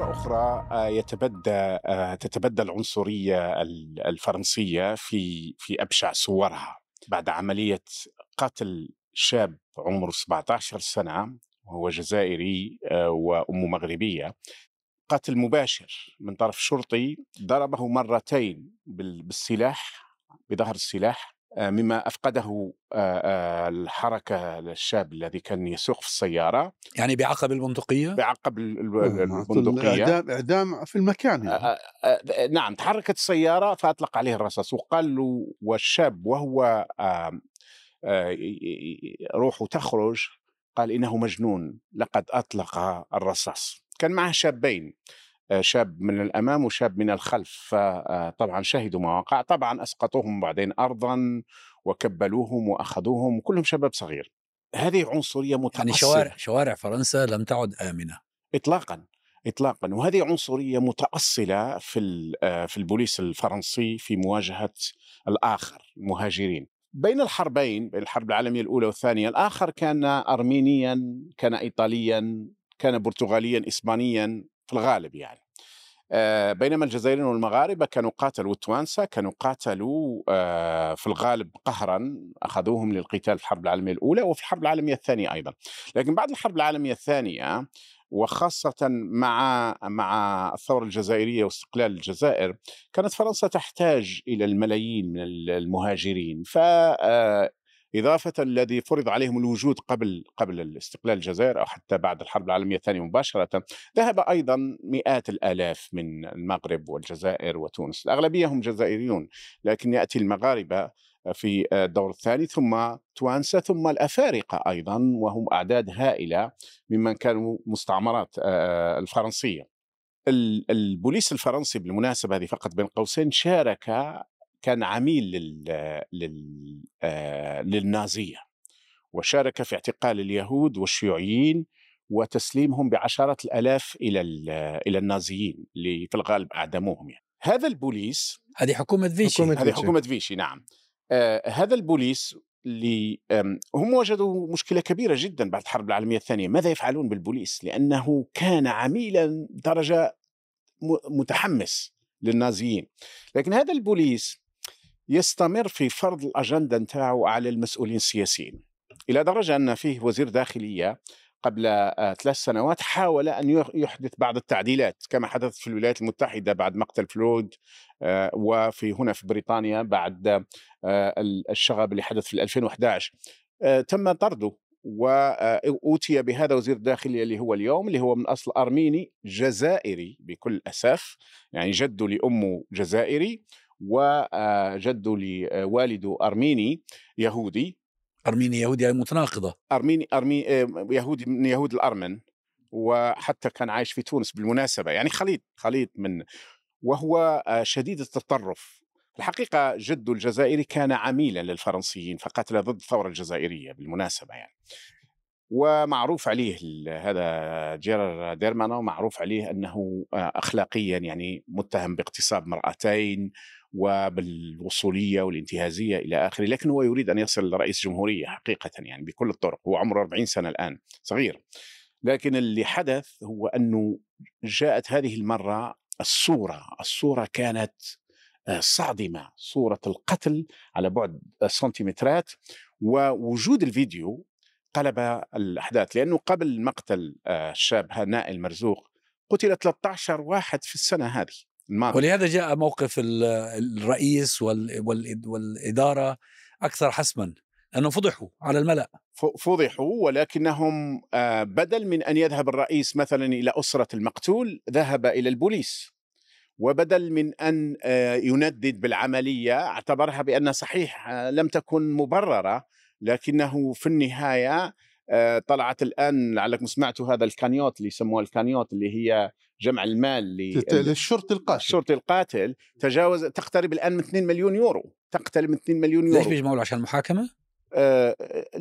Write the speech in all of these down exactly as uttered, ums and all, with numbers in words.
مرة أخرى يتبدى تتبدى العنصرية الفرنسية في في أبشع صورها بعد عملية قتل شاب عمره سبعة عشر سنة وهو جزائري وأمه مغربية. قتل مباشر من طرف شرطي ضربه مرتين بالسلاح بظهر السلاح، مما أفقده الحركة للشاب الذي كان يسوق في السيارة، يعني بعقب البندقية بعقب البندقية إعدام إعدام في المكان يعني. نعم، تحركت السيارة فأطلق عليه الرصاص وقال له، والشاب وهو آه آه روحه تخرج قال إنه مجنون لقد أطلق الرصاص. كان معه شابين، شاب من الأمام وشاب من الخلف، فطبعا شهدوا ما وقع. طبعا أسقطوهم بعدين أرضا وكبلوهم وأخذوهم، كلهم شباب صغير. هذه عنصرية متأصلة. يعني شوارع شوارع فرنسا لم تعد آمنة إطلاقا إطلاقا وهذه عنصرية متأصلة في في البوليس الفرنسي في مواجهة الآخر، المهاجرين. بين الحربين، بين الحرب العالمية الأولى والثانية، الآخر كان أرمينيا، كان إيطاليا، كان برتغاليا، إسبانيا في الغالب يعني. آه بينما الجزائريين والمغاربة كانوا قاتلوا، التوانسة كانوا قاتلوا آه في الغالب قهرا، أخذوهم للقتال في الحرب العالمية الأولى وفي الحرب العالمية الثانية أيضا. لكن بعد الحرب العالمية الثانية وخاصة مع مع الثورة الجزائرية واستقلال الجزائر، كانت فرنسا تحتاج إلى الملايين من المهاجرين، ف إضافة الذي فرض عليهم الوجود قبل قبل الاستقلال الجزائر أو حتى بعد الحرب العالمية الثانية مباشرة، ذهب أيضا مئات الآلاف من المغرب والجزائر وتونس. الأغلبية هم جزائريون، لكن يأتي المغاربة في الدور الثاني، ثم توانسة، ثم الأفارقة أيضا، وهم أعداد هائلة ممن كانوا مستعمرات الفرنسية. البوليس الفرنسي بالمناسبة هذه فقط بين قوسين شارك، كان عميل لل... لل... آه... للنازية، وشارك في اعتقال اليهود والشيوعيين وتسليمهم بعشرات الآلاف إلى ال... إلى النازيين اللي في الغالب أعدموهم يعني. هذا البوليس، هذه حكومة فيشي، حكومة هذه حكومة فيشي نعم. آه... هذا البوليس اللي آم... هم وجدوا مشكلة كبيرة جدا بعد الحرب العالمية الثانية. ماذا يفعلون بالبوليس؟ لأنه كان عميلا درجة م... متحمس للنازيين. لكن هذا البوليس يستمر في فرض الأجندة نتاعو على المسؤولين السياسيين، إلى درجة أن فيه وزير داخلية قبل آه ثلاث سنوات حاول أن يحدث بعض التعديلات، كما حدث في الولايات المتحدة بعد مقتل فلويد، آه وفي هنا في بريطانيا بعد آه الشغب اللي حدث في ألفين وأحد عشر. آه تم طرده وأوتي بهذا وزير الداخلية اللي هو اليوم، اللي هو من أصل أرميني جزائري بكل أسف، يعني جده لأمه جزائري وجده لوالده أرميني يهودي. أرميني يهودي متناقضة. أرميني أرمي يهودي من يهود الأرمن، وحتى كان عايش في تونس بالمناسبة، يعني خليط خليط من، وهو شديد التطرف. الحقيقة جده الجزائري كان عميلا للفرنسيين فقاتل ضد الثورة الجزائرية بالمناسبة يعني. ومعروف عليه هذا جيرار ديرمانو، معروف عليه أنه أخلاقيا يعني متهم باغتصاب مرأتين وبالوصولية والانتهازية إلى آخره، لكن هو يريد أن يصل لرئيس جمهورية حقيقة يعني بكل الطرق. هو عمره أربعين سنة الآن، صغير. لكن اللي حدث هو أنه جاءت هذه المرة الصورة الصورة كانت صادمة، صورة القتل على بعد سنتيمترات، ووجود الفيديو قلب الأحداث. لأنه قبل مقتل الشاب هناء المرزوق قتل ثلاثة عشر واحد في السنة هذه الماضية. ولهذا جاء موقف الرئيس والإدارة أكثر حسما، لأنه فضحوا على الملأ. فضحوا، ولكنهم بدل من أن يذهب الرئيس مثلا إلى أسرة المقتول ذهب إلى البوليس، وبدل من أن يندد بالعملية اعتبرها بأن صحيح لم تكن مبررة، لكنه في النهاية طلعت الآن، لعلكم سمعتوا هذا الكانيوت اللي يسموه الكانيوت، اللي هي جمع المال للشرطي القاتل. الشرطي القاتل تجاوز تقترب الآن من اثنين مليون يورو، تقترب من اثنين مليون يورو. ليش بيجمعوا له؟ عشان المحاكمة؟ آه لا،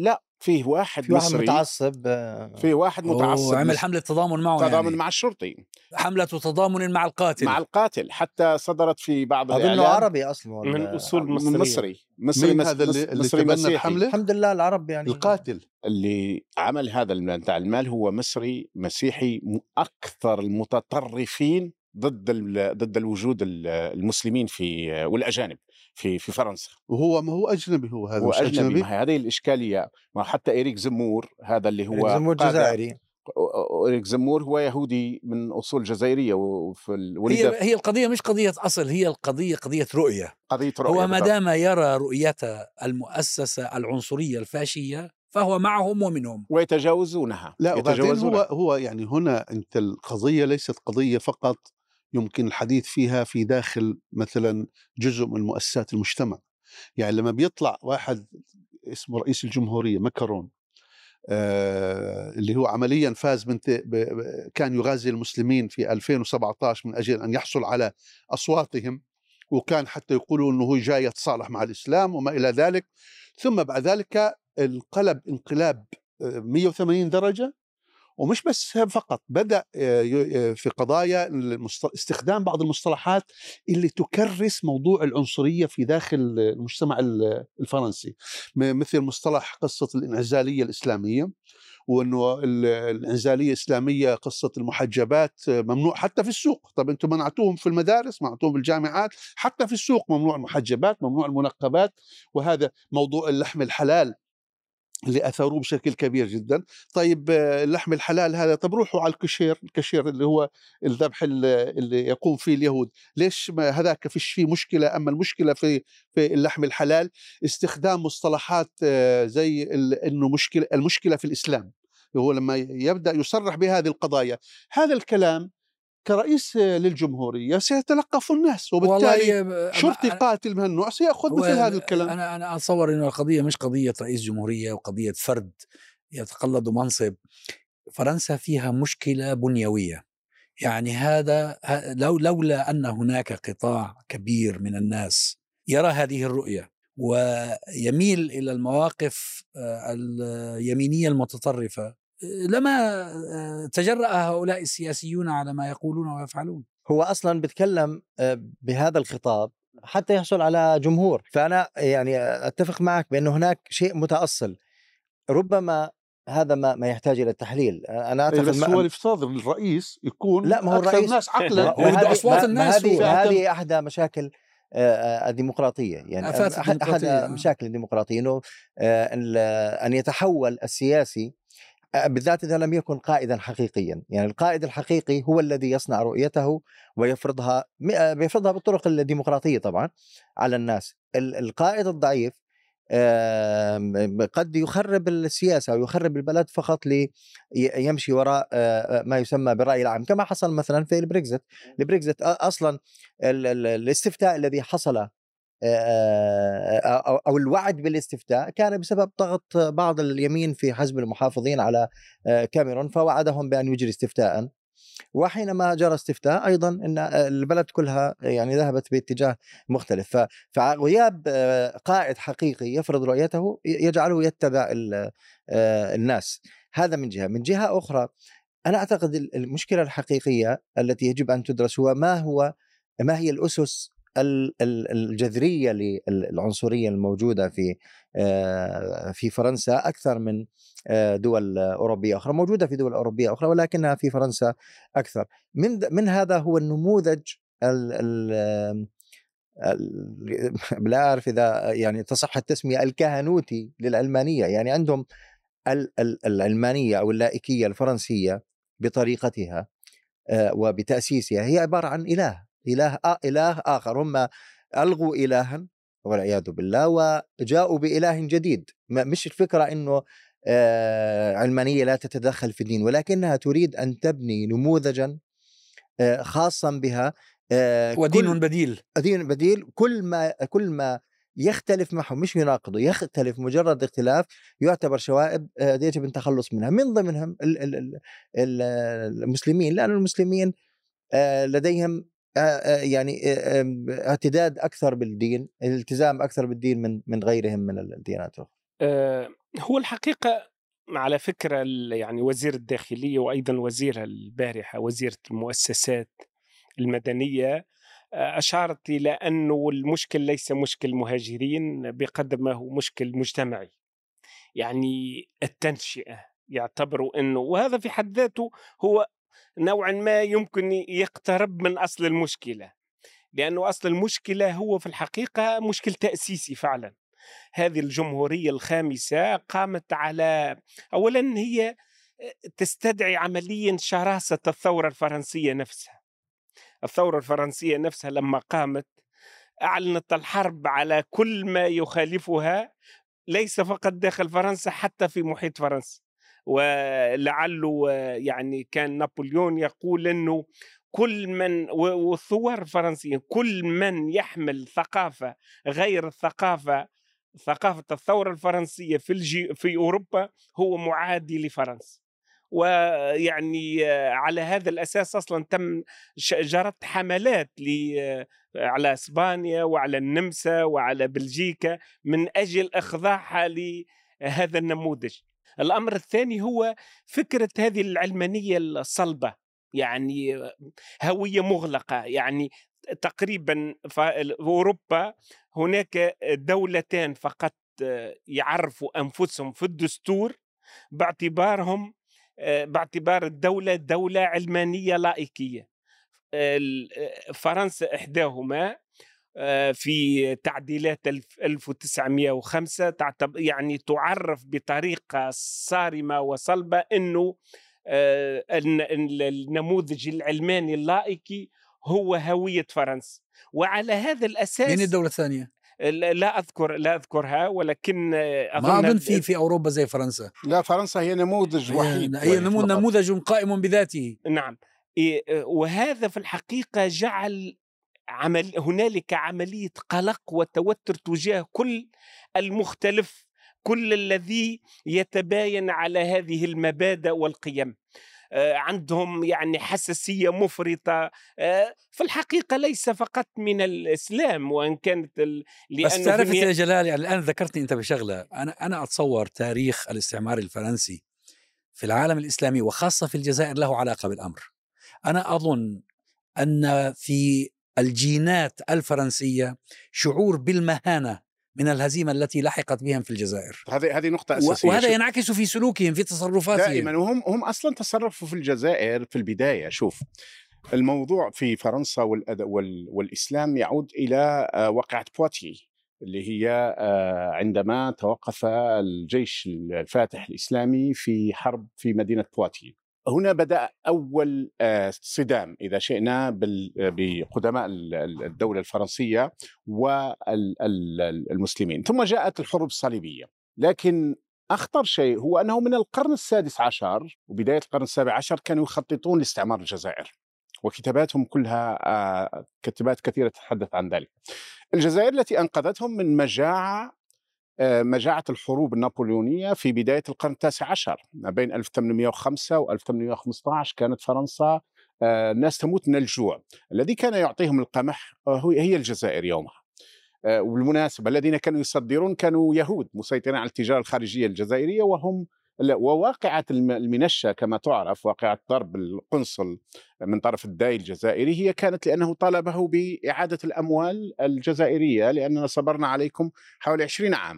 فيه واحد في واحد مصري متعصب فيه واحد متعصب وعمل حملة تضامن معه، تضامن يعني مع الشرطي، حملة تضامن مع القاتل مع القاتل، حتى صدرت في بعض أظنه الإعلام عربي أصلا من ولا أصول مصرية. مصري مصري مين مس... هذا اللي, اللي مصري تبنى مسيحي. الحملة؟ الحمد لله العرب يعني القاتل اللي عمل هذا بتاع المال هو مصري مسيحي، أكثر المتطرفين ضد ضد الوجود المسلمين في والأجانب في في فرنسا. وهو ما هو أجنبي، هو هذا هو مش أجنبي, أجنبي؟ ما هذه الإشكالية. ما حتى إيريك زمور هذا اللي هو زمور جزائري. إيريك زمور هو يهودي من أصول جزائرية، وفي هي هي القضية مش قضية أصل، هي القضية قضية رؤية. قضية رؤية. هو ما دام يرى رؤية المؤسسة العنصرية الفاشية فهو معهم ومنهم ويتجاوزونها. لا، وبعدين هو يتجاوزونها. هو يعني هنا أنت القضية ليست قضية فقط يمكن الحديث فيها في داخل مثلا جزء من مؤسسات المجتمع. يعني لما بيطلع واحد اسمه رئيس الجمهورية ماكرون، آه اللي هو عمليا فاز من كان يغازي المسلمين في ألفين وسبعة عشر من أجل أن يحصل على أصواتهم، وكان حتى يقولوا أنه هو جاي يتصالح مع الإسلام وما إلى ذلك. ثم بعد ذلك انقلب انقلاب مئة وثمانين درجة، ومش بس فقط بدأ في قضايا استخدام بعض المصطلحات اللي تكرس موضوع العنصرية في داخل المجتمع الفرنسي، مثل مصطلح قصة الانعزالية الإسلامية، وأنه الانعزالية الإسلامية قصة المحجبات ممنوع حتى في السوق. طب أنتم منعتوهم في المدارس، منعتوهم في الجامعات، حتى في السوق ممنوع المحجبات، ممنوع المنقبات. وهذا موضوع اللحم الحلال اللي أثروه بشكل كبير جدا. طيب اللحم الحلال هذا، طب روحوا على الكشير، الكشير اللي هو الذبح اللي يقوم فيه اليهود، ليش ما هذاك فيش فيه مشكلة؟ أما المشكلة في في اللحم الحلال استخدام مصطلحات زي إنه مشكلة، المشكلة في الإسلام. هو لما يبدأ يصرح بهذه القضايا، هذا الكلام كرئيس للجمهورية سيتلقف الناس، وبالتالي شرطي قاتل من النوع سيأخذ مثل هذا الكلام. أنا أنا أتصور إنه القضية مش قضية رئيس جمهورية وقضية فرد يتقلد منصب. فرنسا فيها مشكلة بنيوية، يعني هذا لو لولا أن هناك قطاع كبير من الناس يرى هذه الرؤية ويميل إلى المواقف اليمينية المتطرفة لما تجرأ هؤلاء السياسيون على ما يقولون ويفعلون. هو أصلا بتكلم بهذا الخطاب حتى يحصل على جمهور. فأنا يعني أتفق معك بأنه هناك شيء متأصل، ربما هذا ما ما يحتاج إلى التحليل. أنا أعتقد بس هو الافتراض الرئيس يكون لا، ما هو أكثر الرئيس الناس عقلا وهذه أصوات الناس. هذه هذه أحدى مشاكل الديمقراطية، يعني أحد مشاكل الديمقراطية إنه أن يتحول السياسي بالذات إذا لم يكن قائدا حقيقيا. يعني القائد الحقيقي هو الذي يصنع رؤيته ويفرضها بيفرضها بالطرق الديمقراطية طبعا على الناس. القائد الضعيف قد يخرب السياسة ويخرب البلد فقط ليمشي وراء ما يسمى بالرأي العام، كما حصل مثلا في البريكزيت. البريكزيت أصلا الاستفتاء الذي حصل أو الوعد بالاستفتاء كان بسبب ضغط بعض اليمين في حزب المحافظين على كاميرون، فوعدهم بأن يجري استفتاء، وحينما جرى استفتاء أيضا إن البلد كلها يعني ذهبت باتجاه مختلف. فغياب قائد حقيقي يفرض رؤيته يجعله يتبع الناس. هذا من جهة. من جهة أخرى أنا أعتقد المشكلة الحقيقية التي يجب أن تدرس هو ما هو ما هي الأسس الجذرية للعنصرية الموجودة في في فرنسا أكثر من دول أوروبية أخرى، موجودة في دول أوروبية أخرى ولكنها في فرنسا أكثر. من من هذا هو النموذج ال ال لا أعرف إذا يعني تصح التسمية الكهنوتي للعلمانية. يعني عندهم العلمانية أو اللائكية الفرنسية بطريقتها وبتأسيسها هي عبارة عن إله إله إله آخر. هم ألغوا إلها والعياذ بالله وجاءوا بإله جديد. مش الفكرة إنه علمانية لا تتدخل في الدين، ولكنها تريد أن تبني نموذجا خاصا بها ودين بديل. دين بديل كل ما كل ما يختلف معه مش يناقضه، يختلف مجرد اختلاف يعتبر شوائب يجب التخلص منها، من ضمنهم المسلمين، لأن المسلمين لديهم يعني اعتداد أكثر بالدين، الالتزام أكثر بالدين من من غيرهم من الديانات. آه، هو الحقيقة على فكرة يعني وزير الداخلية وأيضا وزيرها البارحة وزيرة المؤسسات المدنية أشارت إلى أنه المشكل ليس مشكل مهاجرين بقدر ما هو مشكل مجتمعي، يعني التنشئة يعتبروا أنه، وهذا في حد ذاته هو نوعا ما يمكن يقترب من أصل المشكلة، لأنه أصل المشكلة هو في الحقيقة مشكل تأسيسي فعلا. هذه الجمهورية الخامسة قامت على، أولا هي تستدعي عمليا شراسة الثورة الفرنسية نفسها. الثورة الفرنسية نفسها لما قامت أعلنت الحرب على كل ما يخالفها، ليس فقط داخل فرنسا، حتى في محيط فرنسا. ولعله يعني كان نابليون يقول أنه كل من، والثوار الفرنسيين، كل من يحمل ثقافة غير الثقافة ثقافة الثورة الفرنسية في الجي في أوروبا هو معادي لفرنسا. ويعني على هذا الأساس أصلا تم جرت حملات على إسبانيا وعلى النمسا وعلى بلجيكا من أجل إخضاعها لهذا النموذج. الأمر الثاني هو فكرة هذه العلمانية الصلبة، يعني هوية مغلقة. يعني تقريبا في أوروبا هناك دولتان فقط يعرفوا أنفسهم في الدستور باعتبارهم باعتبار الدولة دولة علمانية لائكية. فرنسا إحداهما في تعديلات ألف وتسعمائة وخمسة يعني تعرف بطريقة صارمة وصلبة أنه النموذج العلماني اللائكي هو هوية فرنسا. وعلى هذا الأساس، مين الدولة الثانية؟ لا أذكر لا أذكرها، ولكن أظن ما أظن في في أوروبا زي فرنسا. لا، فرنسا هي نموذج وحيد، هي نموذج قائم بذاته. نعم. وهذا في الحقيقة جعل عمل هنالك عملية قلق وتوتر تجاه كل المختلف، كل الذي يتباين على هذه المبادئ والقيم. عندهم يعني حساسية مفرطة في الحقيقة، ليس فقط من الإسلام، وإن كانت ال... بس تعرفت يا جلال، يعني الآن ذكرتني أنت بشغلة، أنا أنا أتصور تاريخ الاستعمار الفرنسي في العالم الإسلامي وخاصة في الجزائر له علاقة بالأمر. أنا أظن أن في الجينات الفرنسية شعور بالمهانة من الهزيمة التي لحقت بهم في الجزائر. هذه هذه نقطة أساسية، وهذا ينعكس في سلوكهم، في تصرفاتهم دائما. وهم هم أصلا تصرفوا في الجزائر في البداية. شوف، الموضوع في فرنسا وال والإسلام يعود إلى واقعة بواتي، اللي هي عندما توقف الجيش الفاتح الإسلامي في حرب في مدينة بواتي. هنا بدأ أول صدام إذا شئنا بقدماء الدولة الفرنسية والمسلمين، ثم جاءت الحروب الصليبية. لكن أخطر شيء هو أنه من القرن السادس عشر وبداية القرن السابع عشر كانوا يخططون لاستعمار الجزائر، وكتاباتهم كلها كتابات كثيرة تتحدث عن ذلك. الجزائر التي أنقذتهم من مجاعة مجاعة الحروب النابليونية في بداية القرن التاسع عشر، ما بين ألف وثمانمائة وخمسة و ألف وثمانمائة وخمسة عشر كانت فرنسا الناس تموت من الجوع. الذي كان يعطيهم القمح هي الجزائر يومها. وبالمناسبة الذين كانوا يصدرون كانوا يهود مسيطرين على التجارة الخارجية الجزائرية، وهم وواقعة المنشة كما تعرف، واقعة ضرب القنصل من طرف الداعي الجزائري، هي كانت لأنه طالبه بإعادة الأموال الجزائرية، لأننا صبرنا عليكم حوالي عشرين عام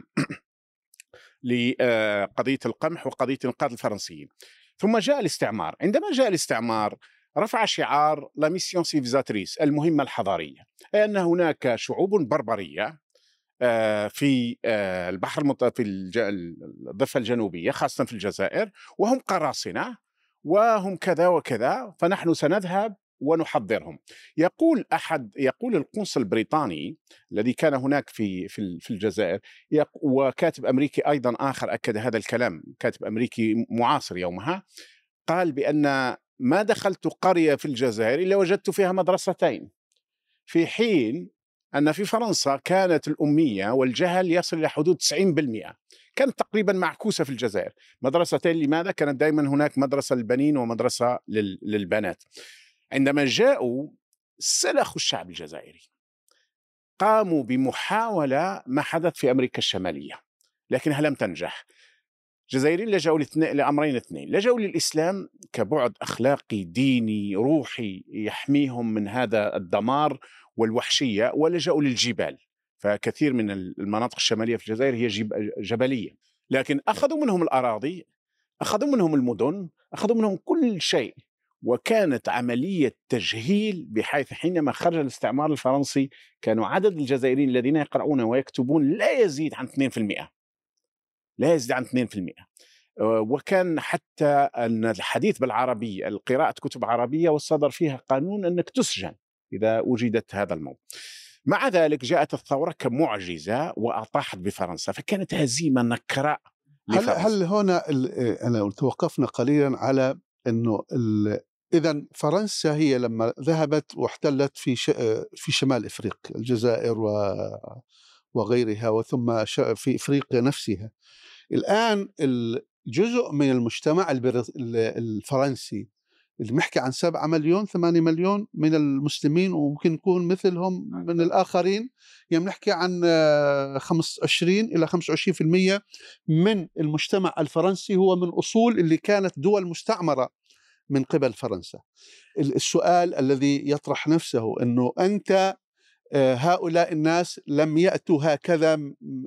لقضية القمح وقضية إنقاذ الفرنسيين. ثم جاء الاستعمار. عندما جاء الاستعمار رفع شعار لا ميسيون سيفيزاتريس، المهمة الحضارية، أي أن هناك شعوب بربرية في البحر في الضفة الجنوبية خاصة في الجزائر، وهم قراصنة وهم كذا وكذا، فنحن سنذهب ونحضرهم. يقول أحد يقول القنصل البريطاني الذي كان هناك في في الجزائر، وكاتب أمريكي أيضا آخر أكد هذا الكلام، كاتب أمريكي معاصر يومها، قال بأن ما دخلت قرية في الجزائر إلا وجدت فيها مدرستين، في حين أن في فرنسا كانت الأمية والجهل يصل إلى حدود تسعين بالمئة. كانت تقريبا معكوسة في الجزائر، مدرستين. لماذا؟ كانت دائما هناك مدرسة للبنين ومدرسة للبنات. عندما جاءوا سلخوا الشعب الجزائري، قاموا بمحاولة ما حدث في أمريكا الشمالية. لكنها لم تنجح. الجزائريين لجأوا لأمرين اثنين، لجأوا للإسلام كبعد أخلاقي ديني روحي يحميهم من هذا الدمار والوحشية، ولجأوا للجبال، فكثير من المناطق الشمالية في الجزائر هي جبلية، لكن أخذوا منهم الأراضي، أخذوا منهم المدن، أخذوا منهم كل شيء. وكانت عملية تجهيل، بحيث حينما خرج الاستعمار الفرنسي كانوا عدد الجزائريين الذين يقرؤون ويكتبون لا يزيد عن اثنين بالمئة، لا يزيد عن اثنين بالمئة. وكان حتى أن الحديث بالعربية، القراءة كتب عربية، والصدر فيها قانون أنك تسجن إذا وجدت هذا الموضوع. مع ذلك جاءت الثورة كمعجزة وأطاحت بفرنسا، فكانت هزيمة نكراء هل هل هنا أنا توقفنا قليلا على أنه إذا فرنسا هي لما ذهبت واحتلت في في شمال إفريقيا، الجزائر وغيرها، وثم في إفريقيا نفسها، الآن الجزء من المجتمع الفرنسي اللي محكي عن سبعة مليون ثمانية مليون من المسلمين، وممكن يكون مثلهم من الآخرين، يعني نحكي عن خمسة وعشرين إلى خمسة وعشرين بالمئة من المجتمع الفرنسي هو من أصول اللي كانت دول مستعمرة من قبل فرنسا. السؤال الذي يطرح نفسه أنه أنت هؤلاء الناس لم يأتوا هكذا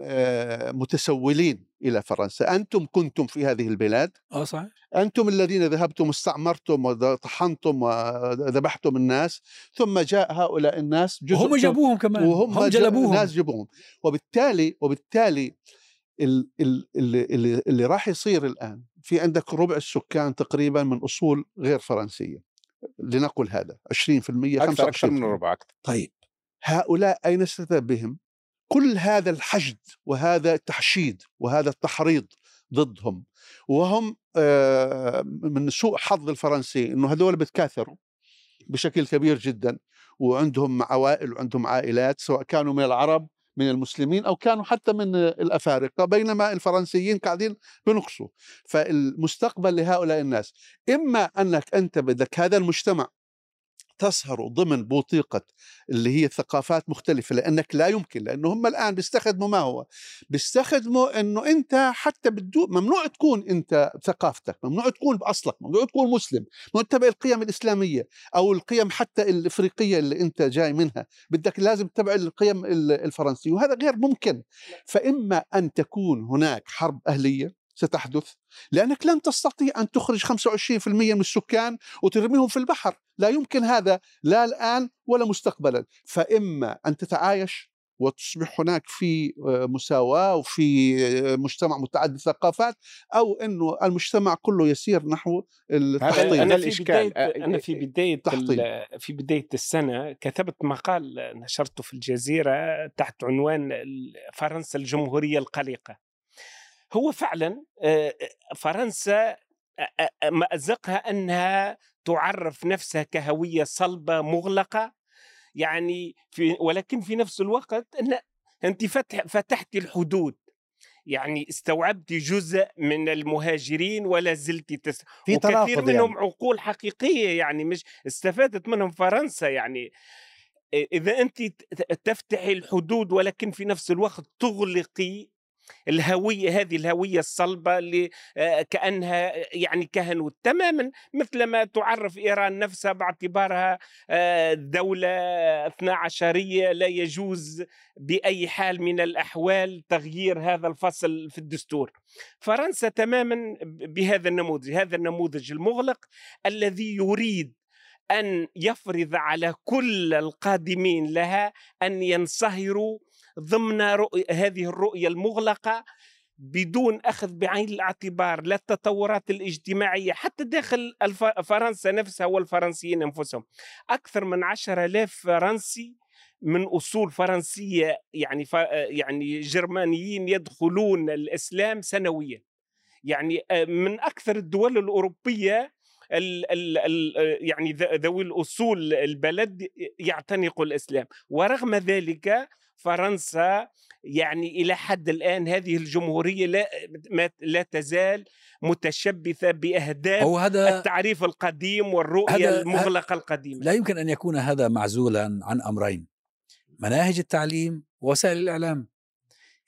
متسولين إلى فرنسا، أنتم كنتم في هذه البلاد، آه صحيح، أنتم الذين ذهبتم استعمرتم وطحنتم وذبحتم الناس، ثم جاء هؤلاء الناس وهم جابوهم كمان، وهم جلبوهم، الناس جابوهم. وبالتالي وبالتالي اللي, اللي, اللي راح يصير الآن، في عندك ربع السكان تقريبا من أصول غير فرنسية، لنقل هذا عشرين بالمئة أكثر, أكثر من الربع. طيب هؤلاء أين ستذهب بهم؟ كل هذا الحشد وهذا التحشيد وهذا التحريض ضدهم، وهم من سوء حظ الفرنسي أنه هذول بتكاثروا بشكل كبير جدا، وعندهم عوائل وعندهم عائلات، سواء كانوا من العرب من المسلمين أو كانوا حتى من الأفارقة، بينما الفرنسيين قاعدين بنقصوا. فالمستقبل لهؤلاء الناس إما أنك أنت بدك هذا المجتمع تصهروا ضمن بوتيقة اللي هي ثقافات مختلفة، لأنك لا يمكن، لأنه هم الآن بيستخدموا ما هو بيستخدموا أنه أنت حتى بدو ممنوع تكون أنت ثقافتك، ممنوع تكون بأصلك، ممنوع تكون مسلم، ممنوع تتبع القيم الإسلامية أو القيم حتى الإفريقية اللي أنت جاي منها، بدك لازم تتبع القيم الفرنسية، وهذا غير ممكن. فإما أن تكون هناك حرب أهلية ستحدث، لأنك لن تستطيع أن تخرج خمسة وعشرين بالمئة من السكان وترميهم في البحر، لا يمكن هذا لا الآن ولا مستقبلا. فإما أن تتعايش وتصبح هناك في مساواة وفي مجتمع متعدد الثقافات، أو أنه المجتمع كله يسير نحو التحطيم. أنا في بداية أنا في بداية في بداية السنة كتبت مقال نشرته في الجزيرة تحت عنوان فرنسا الجمهورية القلقة. هو فعلا فرنسا مأزقها أنها تعرف نفسها كهوية صلبة مغلقة، يعني في ولكن في نفس الوقت أن أنت فتح فتحت الحدود، يعني استوعبت جزء من المهاجرين ولا زلت تس... في وكثير منهم يعني. عقول حقيقية، يعني مش استفادت منهم فرنسا. يعني إذا أنت تفتحي الحدود ولكن في نفس الوقت تغلقي الهوية، هذه الهوية الصلبة اللي كأنها يعني كهنوت تماما، مثل ما تعرف إيران نفسها باعتبارها دولة اثنا عشرية لا يجوز بأي حال من الأحوال تغيير هذا الفصل في الدستور. فرنسا تماما بهذا النموذج، هذا النموذج المغلق الذي يريد أن يفرض على كل القادمين لها أن ينصهروا ضمن رؤية هذه الرؤية المغلقة بدون أخذ بعين الاعتبار لا التطورات الاجتماعية حتى داخل فرنسا نفسها والفرنسيين أنفسهم. أكثر من عشرة آلاف فرنسي من أصول فرنسية يعني ف... يعني جرمانيين يدخلون الإسلام سنويا، يعني من أكثر الدول الأوروبية ال ال ال يعني ذوي الأصول البلد يعتنقوا الإسلام. ورغم ذلك فرنسا يعني إلى حد الآن هذه الجمهورية لا, لا تزال متشبثة بأهداف التعريف القديم والرؤية المغلقة القديمة. لا يمكن أن يكون هذا معزولا عن أمرين: مناهج التعليم ووسائل الإعلام.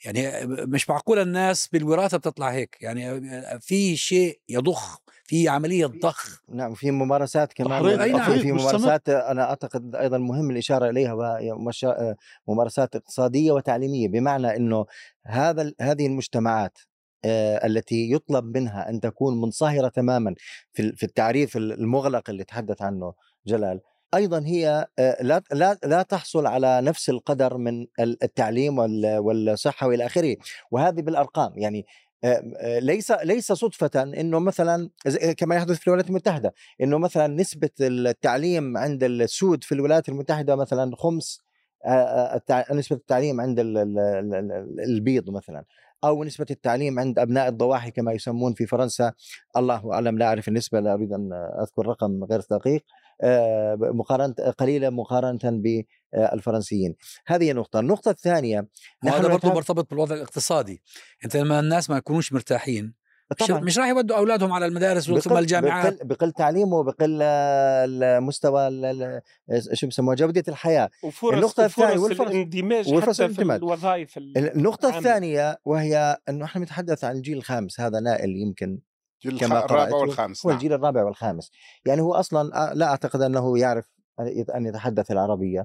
يعني مش معقول الناس بالوراثة بتطلع هيك، يعني في شيء يضخ، في عملية ضخ. نعم، في ممارسات كمان، تحريض أي نعم. تحريض في مستمر. ممارسات أنا أعتقد أيضا مهم الإشارة إليها، وهي مشا- ممارسات اقتصادية وتعليمية، بمعنى أنه هذا ال- هذه المجتمعات آه، التي يطلب منها أن تكون منصهرة تماما في ال- في التعريف المغلق اللي تحدث عنه جلال، أيضا هي آه، لا لا لا تحصل على نفس القدر من ال- التعليم وال- والصحة وإلى آخره، وهذه بالأرقام. يعني آه، آه، ليس ليس صدفة انه مثلا زي- كما يحدث في الولايات المتحدة، انه مثلا نسبة التعليم عند السود في الولايات المتحدة مثلا خمس آه، آه، التع- نسبة التعليم عند ال- ال- ال- ال- البيض مثلا، او نسبة التعليم عند ابناء الضواحي كما يسمون في فرنسا، الله اعلم لا اعرف النسبة، لا اريد ان اذكر رقم غير دقيق، آه، مقارنة قليلة مقارنة بالفرنسيين. هذه نقطة. النقطة الثانية، وهذا برضه نتحدث- مرتبط بالوضع الاقتصادي. انت لما الناس ما يكونوش مرتاحين مش, طبعا مش راح يودوا اولادهم على المدارس ثم بقل الجامعات. بقل بقل تعليمه، وبقل آه، المستوى ال- ال- شو بسموها جودة الحياة. وفرص النقطة الثانية وفرص والفرص الاندماج والفرص حتى في الاندماج. الوظائف النقطة العامة. الثانية وهي أنه نحن نتحدث عن الجيل الخامس، هذا نائل يمكن الجيل كما الرابع قرأت والخامس. هو نعم. الجيل الرابع والخامس. يعني هو أصلا لا أعتقد أنه يعرف أن يتحدث العربية،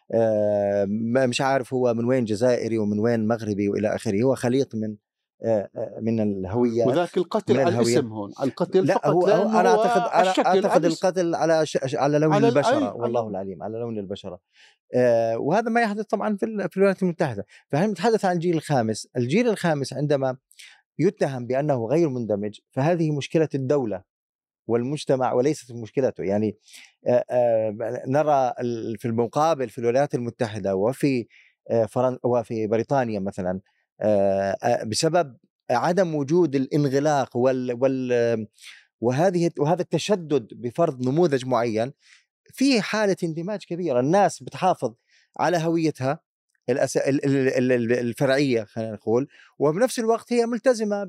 آه، مش عارف هو من وين جزائري ومن وين مغربي وإلى آخره، هو خليط من آه، آه، من الهويات. وذاك القتل من على الهوية. الاسم هون، القتل لا فقط هو, هو لأنه انا هو اعتقد انا الشكل اعتقد الاسم. القتل على ش... على لون على ال- البشره، أي، والله على- العليم، على لون البشره. آه وهذا ما يحدث طبعا في, ال... في الولايات المتحده. فهل نتحدث عن الجيل الخامس؟ الجيل الخامس عندما يتهم بانه غير مندمج، فهذه مشكله الدوله والمجتمع وليست مشكلته. يعني آه آه نرى ال- في المقابل في الولايات المتحده وفي آه فرن... وفي بريطانيا مثلا، آه آه بسبب عدم وجود الانغلاق وال, وال... وهذه وهذا التشدد بفرض نموذج معين، في حالة اندماج كبيرة. الناس بتحافظ على هويتها الأس... ال- ال- ال- الفرعية خلينا نقول، وبنفس الوقت هي ملتزمة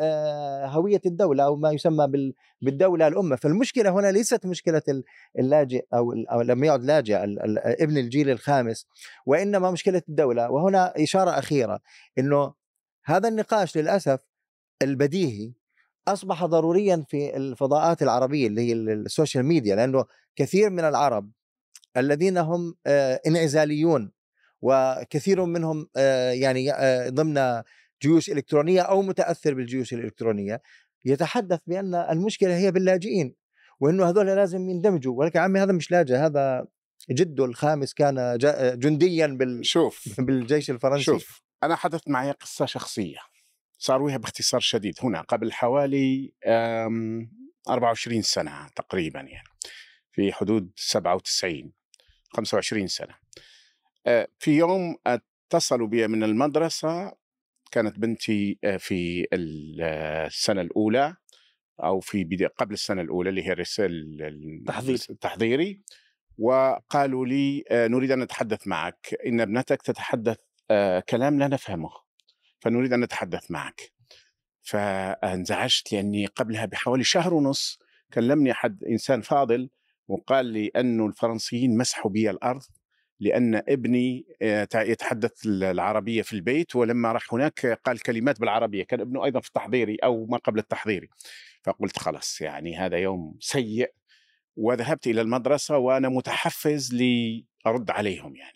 بهوية الدولة أو ما يسمى بال... بالدولة الأمة. فالمشكلة هنا ليست مشكلة ال- اللاجئ أو, ال- أو لم يعد لاجئ ال- ال- ابن الجيل الخامس، وإنما مشكلة الدولة. وهنا إشارة أخيرة، إنه هذا النقاش للأسف البديهي أصبح ضروريا في الفضاءات العربية اللي هي السوشيال ميديا، لأنه كثير من العرب الذين هم آه، انعزاليون، وكثير منهم آه، يعني آه، ضمن جيوش إلكترونية أو متأثر بالجيوش الإلكترونية، يتحدث بأن المشكلة هي باللاجئين، وأنه هذول لازم يندمجوا. ولكن عمي هذا مش لاجئ، هذا جده الخامس كان جا- جنديا بال... شوف بالجيش الفرنسي. شوف أنا حدث معي قصة شخصية صار بها باختصار شديد هنا قبل حوالي آم، أربعة وعشرين سنة تقريبا، يعني في حدود سبعة وتسعين خمسة وعشرين سنة. آه، في يوم اتصلوا بي من المدرسة، كانت بنتي آه، في السنة الأولى أو في بداية قبل السنة الأولى اللي هي الرسالة تحضير. التحضيري، وقالوا لي آه، نريد أن نتحدث معك، إن ابنتك تتحدث آه، كلام لا نفهمه، فنريد أن نتحدث معك. فانزعجت لأني قبلها بحوالي شهر ونص كلمني أحد إنسان فاضل وقال لي أنه الفرنسيين مسحوا بي الأرض لأن ابني يتحدث العربية في البيت، ولما راح هناك قال كلمات بالعربية، كان ابنه أيضا في التحضيري أو ما قبل التحضيري. فقلت خلاص يعني هذا يوم سيء، وذهبت إلى المدرسة وأنا متحفز لأرد عليهم يعني.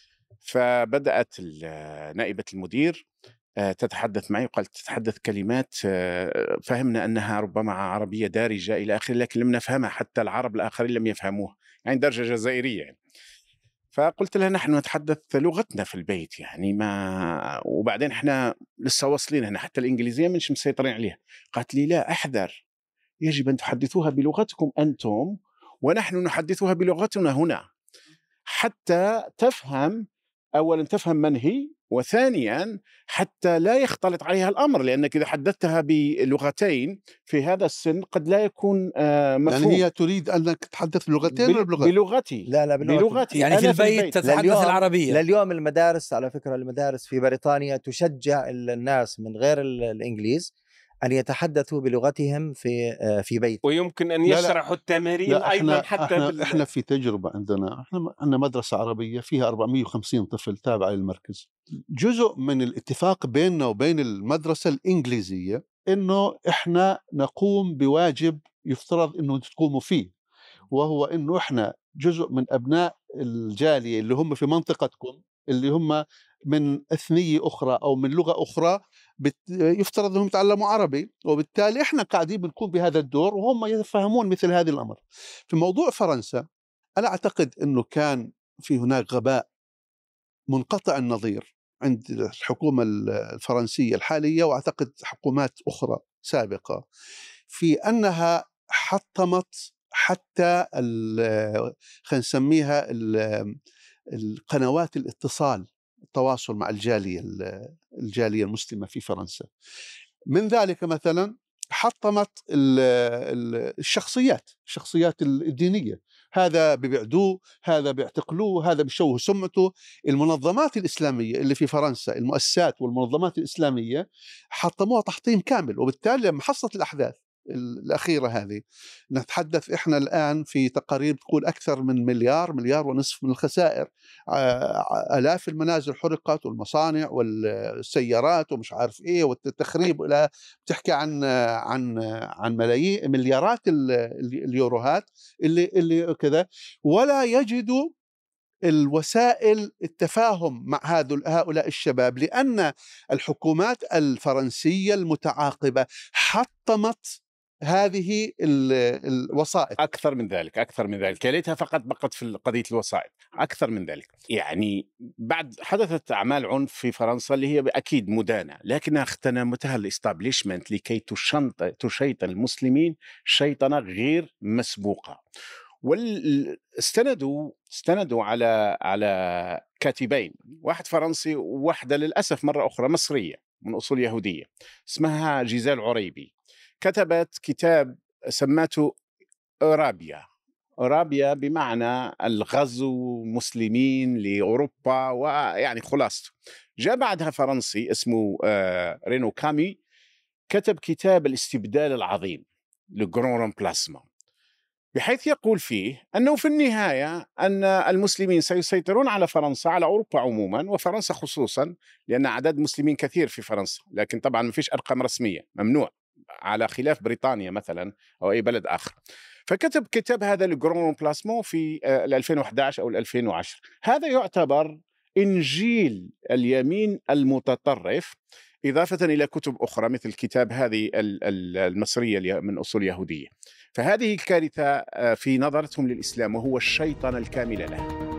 فبدأت نائبة المدير تتحدث معي وقالت تتحدث كلمات فهمنا أنها ربما عربية دارجة إلى آخره، لكن لم نفهمها، حتى العرب الآخرين لم يفهموها، يعني درجة جزائرية يعني. فقلت لها نحن نتحدث لغتنا في البيت يعني ما، وبعدين احنا لسه واصلين هنا، حتى الإنجليزية مش مسيطرين عليها. قالت لي لا احذر، يجب أن تحدثوها بلغتكم أنتم ونحن نحدثها بلغتنا هنا، حتى تفهم، أولا تفهم من هي، وثانيا حتى لا يختلط عليها الأمر، لأنك إذا حدثتها بلغتين في هذا السن قد لا يكون مفهوم. يعني هي تريد أنك تتحدث بلغتين ولا بلغة؟ بلغتي. لا لا بلغتي, بلغتي. يعني في أنا البيت, البيت تتحدث لليوم العربية. لليوم المدارس، على فكرة المدارس في بريطانيا تشجع الناس من غير الإنجليز أن يتحدثوا بلغتهم في في بيت، ويمكن أن لا لا. يشرحوا التمارين لا أيضا احنا حتى احنا, بال... احنا في تجربة عندنا، احنا عندنا مدرسة عربية فيها أربعمئة وخمسين طفل تابعة للمركز. جزء من الاتفاق بيننا وبين المدرسة الإنجليزية إنه إحنا نقوم بواجب يفترض إنه تقوموا فيه، وهو إنه إحنا جزء من أبناء الجالية اللي هم في منطقتكم، اللي هم من أثنية أخرى أو من لغة أخرى، يفترض أنهم يتعلموا عربي، وبالتالي إحنا قاعدين بنكون بهذا الدور وهم يفهمون مثل هذا الأمر. في موضوع فرنسا أنا أعتقد أنه كان في هناك غباء منقطع النظير عند الحكومة الفرنسية الحالية، وأعتقد حكومات أخرى سابقة، في أنها حطمت حتى خلينا نسميها القنوات الاتصال، التواصل مع الجالية الجالية المسلمة في فرنسا. من ذلك مثلا حطمت الشخصيات الشخصيات الدينية، هذا بيبعدوه، هذا بيعتقلوه، هذا بيشوه سمعته. المنظمات الإسلامية اللي في فرنسا، المؤسسات والمنظمات الإسلامية حطموها تحطيم كامل. وبالتالي لما حصلت الأحداث الأخيرة هذه، نتحدث إحنا الآن في تقارير تقول أكثر من مليار مليار ونصف من الخسائر، آلاف المنازل حرقت والمصانع والسيارات ومش عارف إيه والتخريب، إلى بتحكي عن عن عن ملايين مليارات اليوروهات اللي اللي كذا، ولا يجدوا الوسائل التفاهم مع هؤلاء الشباب، لأن الحكومات الفرنسية المتعاقبة حطمت هذه الوسائط. أكثر من ذلك أكثر من ذلك يا ليتها فقط بقت في قضية الوسائط. أكثر من ذلك، يعني بعد حدثت أعمال عنف في فرنسا اللي هي أكيد مدانة، لكنها اغتنمتها الاستابليشمنت لكي تشيطن المسلمين شيطنة غير مسبوقة. واستندوا استندوا على على كاتبين، واحد فرنسي وواحدة للأسف مرة أخرى مصرية من أصول يهودية اسمها جيزال عريبي. كتبت كتاب سماته أورابيا. أورابيا بمعنى الغزو مسلمين لأوروبا، ويعني خلاصته. جاء بعدها فرنسي اسمه رينو كامي، كتب كتاب الاستبدال العظيم لجرون رامبلاسمون، بحيث يقول فيه أنه في النهاية أن المسلمين سيسيطرون على فرنسا، على أوروبا عموما وفرنسا خصوصا، لأن عدد مسلمين كثير في فرنسا، لكن طبعا ما فيش أرقام رسمية، ممنوع، على خلاف بريطانيا مثلا أو أي بلد آخر. فكتب كتاب هذا لجرون رامبلاسمون في ألفين وإحدى عشر أو ألفين وعشرة. هذا يعتبر إنجيل اليمين المتطرف، إضافة إلى كتب أخرى مثل كتاب هذه المصرية من أصول يهودية. فهذه الكارثة في نظرتهم للإسلام، وهو الشيطنة الكاملة له.